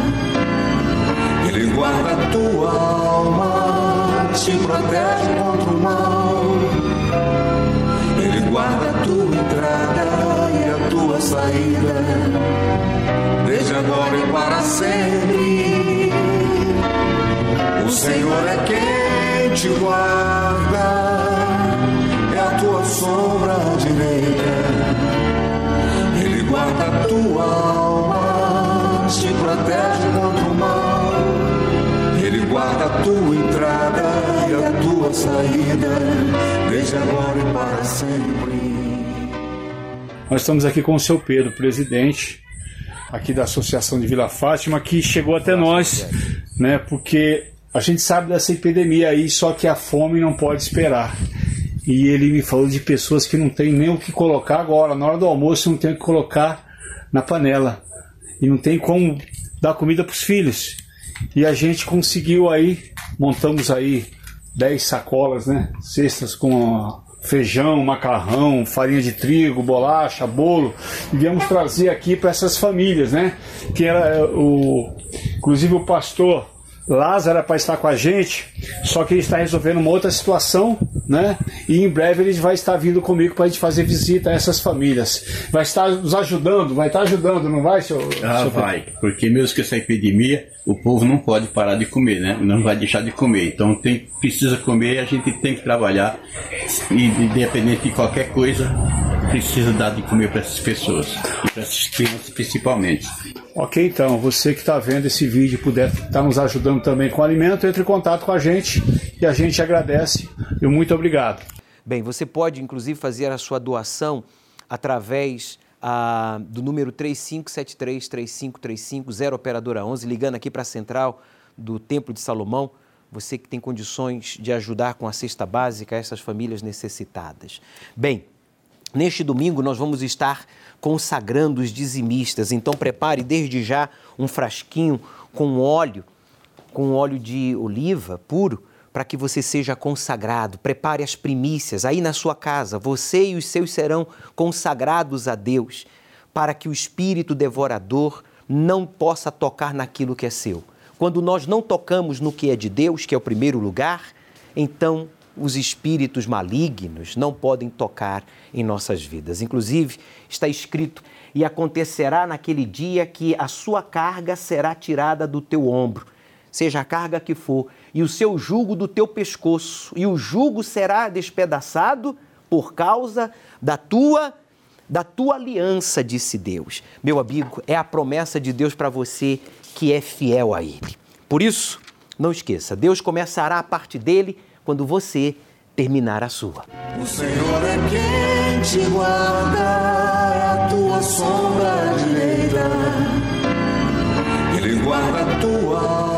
Speaker 15: Ele guarda a tua alma, te protege contra o mal. Ele guarda a tua entrada e a tua saída, desde agora e para sempre. O Senhor é quem te guarda, é a tua sombra direita. Ele guarda a tua alma, te protege contra o mal. Ele guarda a tua entrada e a tua saída, desde agora e para sempre.
Speaker 17: Nós estamos aqui com o seu Pedro, presidente aqui da Associação de Vila Fátima, que chegou até nós, né, porque a gente sabe dessa epidemia aí, só que a fome não pode esperar. E ele me falou de pessoas que não tem nem o que colocar agora, na hora do almoço não tem o que colocar na panela. E não tem como dar comida para os filhos. E a gente conseguiu aí, montamos aí 10 sacolas, né, cestas com feijão, macarrão, farinha de trigo, bolacha, bolo, e viemos trazer aqui para essas famílias, né, que era inclusive o pastor Lázaro era para estar com a gente, só que ele está resolvendo uma outra situação, né? E em breve ele vai estar vindo comigo para a gente fazer visita a essas famílias. Vai estar nos ajudando, vai estar ajudando, não vai, senhor?
Speaker 18: Vai, porque mesmo que essa epidemia, o povo não pode parar de comer, né? Não vai deixar de comer. Então precisa comer, a gente tem que trabalhar e independente de qualquer coisa, precisa dar de comer para essas pessoas e para essas crianças principalmente.
Speaker 17: Ok, então, você que está vendo esse vídeo e puder estar nos ajudando também com alimento, entre em contato com a gente e a gente agradece e muito obrigado.
Speaker 16: Bem, você pode inclusive fazer a sua doação através do número 3573-3535, 0 operadora 11, ligando aqui para a central do Templo de Salomão, você que tem condições de ajudar com a cesta básica a essas famílias necessitadas. Bem, neste domingo nós vamos estar consagrando os dizimistas, então prepare desde já um frasquinho com óleo de oliva puro, para que você seja consagrado. Prepare as primícias aí na sua casa, você e os seus serão consagrados a Deus, para que o espírito devorador não possa tocar naquilo que é seu. Quando nós não tocamos no que é de Deus, que é o primeiro lugar, então os espíritos malignos não podem tocar em nossas vidas. Inclusive, está escrito: e acontecerá naquele dia que a sua carga será tirada do teu ombro, seja a carga que for, e o seu jugo do teu pescoço, e o jugo será despedaçado por causa da tua aliança, disse Deus. Meu amigo, é a promessa de Deus para você que é fiel a Ele. Por isso, não esqueça, Deus começará a parte dele quando você terminar a sua.
Speaker 15: O Senhor é quem te guarda, é a tua sombra direita. Ele guarda a tua